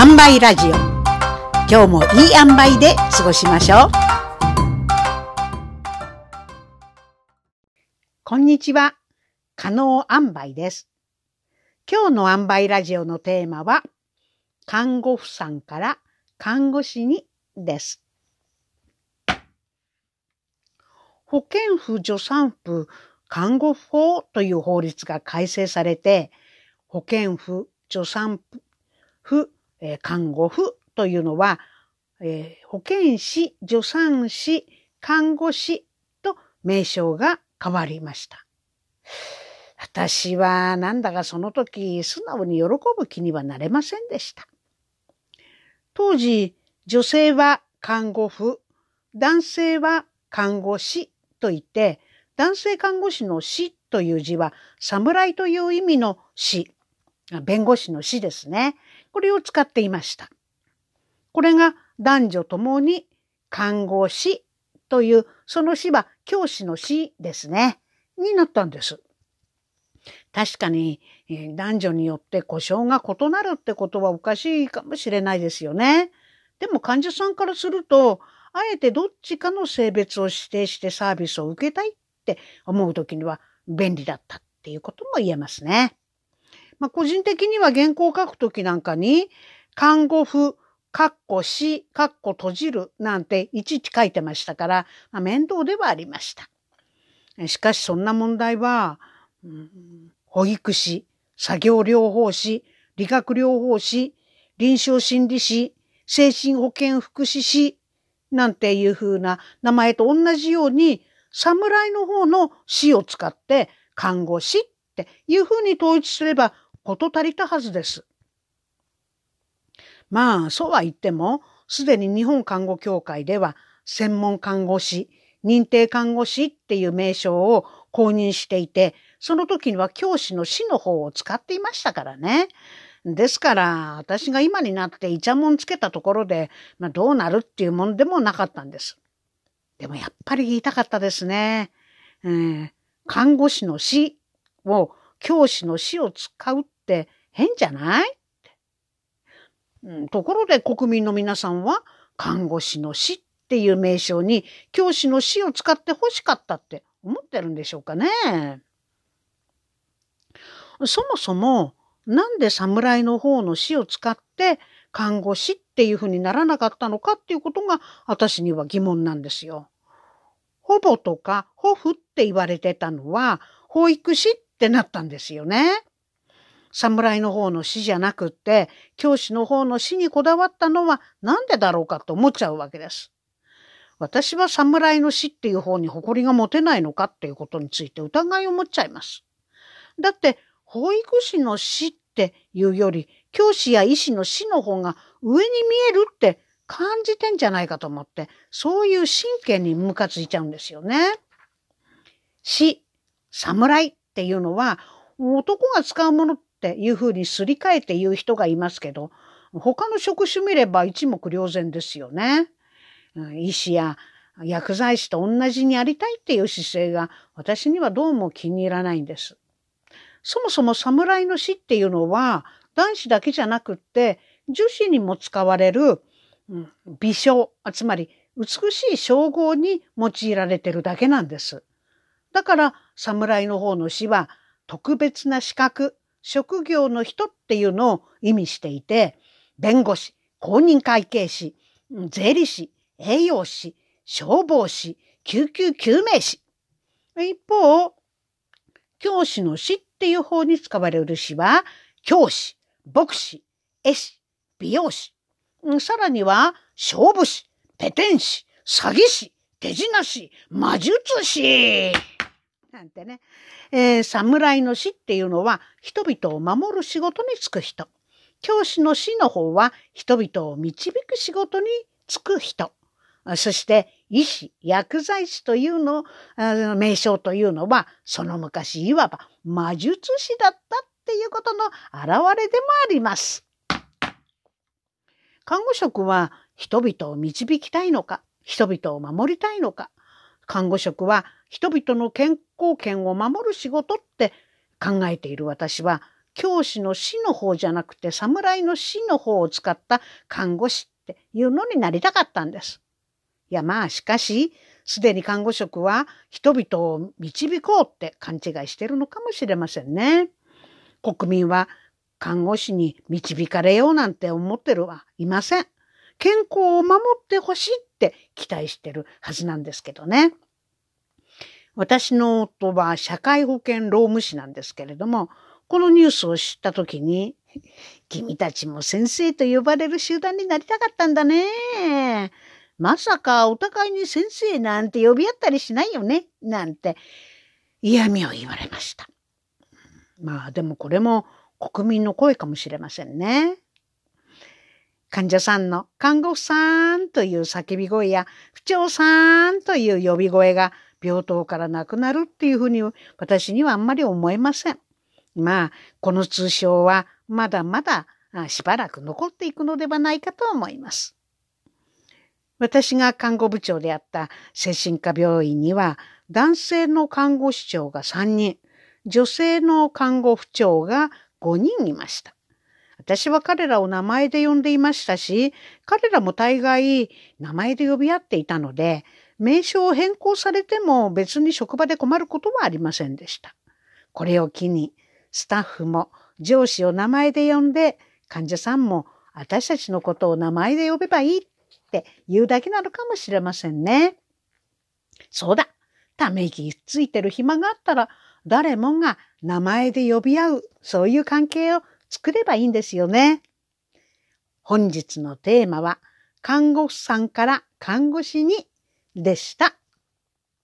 塩梅ラジオ。今日もいい塩梅で過ごしましょう。こんにちは、加納塩梅です。今日の塩梅ラジオのテーマは、看護婦さんから看護師にです。保健婦助産婦看護婦法という法律が改正されて、保健婦助産婦看護婦というのは、保健師、助産師、看護師と名称が変わりました。私はなんだかその時素直に喜ぶ気にはなれませんでした。当時、女性は看護婦、男性は看護師といって、男性看護師の師という字は侍という意味の師、弁護士の師ですね。これを使っていました。これが男女ともに看護師という、その師は教師の師ですね。になったんです。確かに男女によって呼称が異なるってことはおかしいかもしれないですよね。でも患者さんからすると、あえてどっちかの性別を指定してサービスを受けたいって思うときには便利だったっていうことも言えますね。個人的には原稿を書くときなんかに、看護婦、死、閉じるなんていちいち書いてましたから、面倒ではありました。しかしそんな問題は、保育士、作業療法士、理学療法士、臨床心理士、精神保健福祉士なんていう風な名前と同じように、侍の方の士を使って看護師っていう風に統一すれば事足りたはずです。そうは言っても、すでに日本看護協会では専門看護師、認定看護師っていう名称を公認していて、その時には教師の師の方を使っていましたからね。ですから、私が今になってイチャモンつけたところで、どうなるっていうもんでもなかったんです。でもやっぱり言いたかったですね。看護師の師を教師の師を使うって変じゃない？ところで国民の皆さんは看護師の師っていう名称に教師の師を使って欲しかったって思ってるんでしょうかね。そもそもなんで侍の方の師を使って看護師っていうふうにならなかったのかっていうことが私には疑問なんですよ。保母とか保父って言われてたのは保育士ってなったんですよね。侍の方の師じゃなくって教師の方の師にこだわったのはなんでだろうかと思っちゃうわけです。私は侍の師っていう方に誇りが持てないのかっていうことについて疑いを持っちゃいます。だって保育士の師っていうより教師や医師の師の方が上に見えるって感じてんじゃないかと思って、そういう神経にムカついちゃうんですよね。師、侍っていうのは男が使うものっていうふうにすり替えて言う人がいますけど、他の職種見れば一目瞭然ですよね。医師や薬剤師と同じにやりたいっていう姿勢が私にはどうも気に入らないんです。そもそも侍の師っていうのは男子だけじゃなくって女子にも使われる美称、つまり美しい称号に用いられてるだけなんです。だから侍の方の師は特別な資格、職業の人っていうのを意味していて、弁護士、公認会計士、税理士、栄養士、消防士、救急救命士。一方、教師の師っていう方に使われる師は、教師、牧師、絵師、美容師、さらには勝負師、ペテン師、詐欺師、手品師、魔術師なんてね。侍の師っていうのは人々を守る仕事に就く人。教師の師の方は人々を導く仕事に就く人。そして医師、薬剤師というの名称というのはその昔いわば魔術師だったっていうことの表れでもあります。看護職は人々を導きたいのか、人々を守りたいのか、看護職は人々の健康権を守る仕事って考えている私は教師の師の方じゃなくて侍の師の方を使った看護師っていうのになりたかったんです。いやしかし、すでに看護職は人々を導こうって勘違いしているのかもしれませんね。国民は看護師に導かれようなんて思ってるはいません。健康を守ってほしいって期待してるはずなんですけどね。私の夫は社会保険労務士なんですけれども、このニュースを知ったときに、君たちも先生と呼ばれる集団になりたかったんだね。まさかお互いに先生なんて呼び合ったりしないよね、なんて嫌味を言われました。でもこれも国民の声かもしれませんね。患者さんの看護婦さんという叫び声や婦長さんという呼び声が病棟からなくなるっていうふうに私にはあんまり思えません。この通称はまだまだしばらく残っていくのではないかと思います。私が看護部長であった精神科病院には男性の看護師長が3人、女性の看護婦長が5人いました。私は彼らを名前で呼んでいましたし、彼らも大概名前で呼び合っていたので、名称を変更されても別に職場で困ることはありませんでした。これを機に、スタッフも上司を名前で呼んで、患者さんも私たちのことを名前で呼べばいいって言うだけなのかもしれませんね。そうだ、ため息ついてる暇があったら、誰もが名前で呼び合う、そういう関係を作ればいいんですよね。本日のテーマは、看護婦さんから看護師にでした。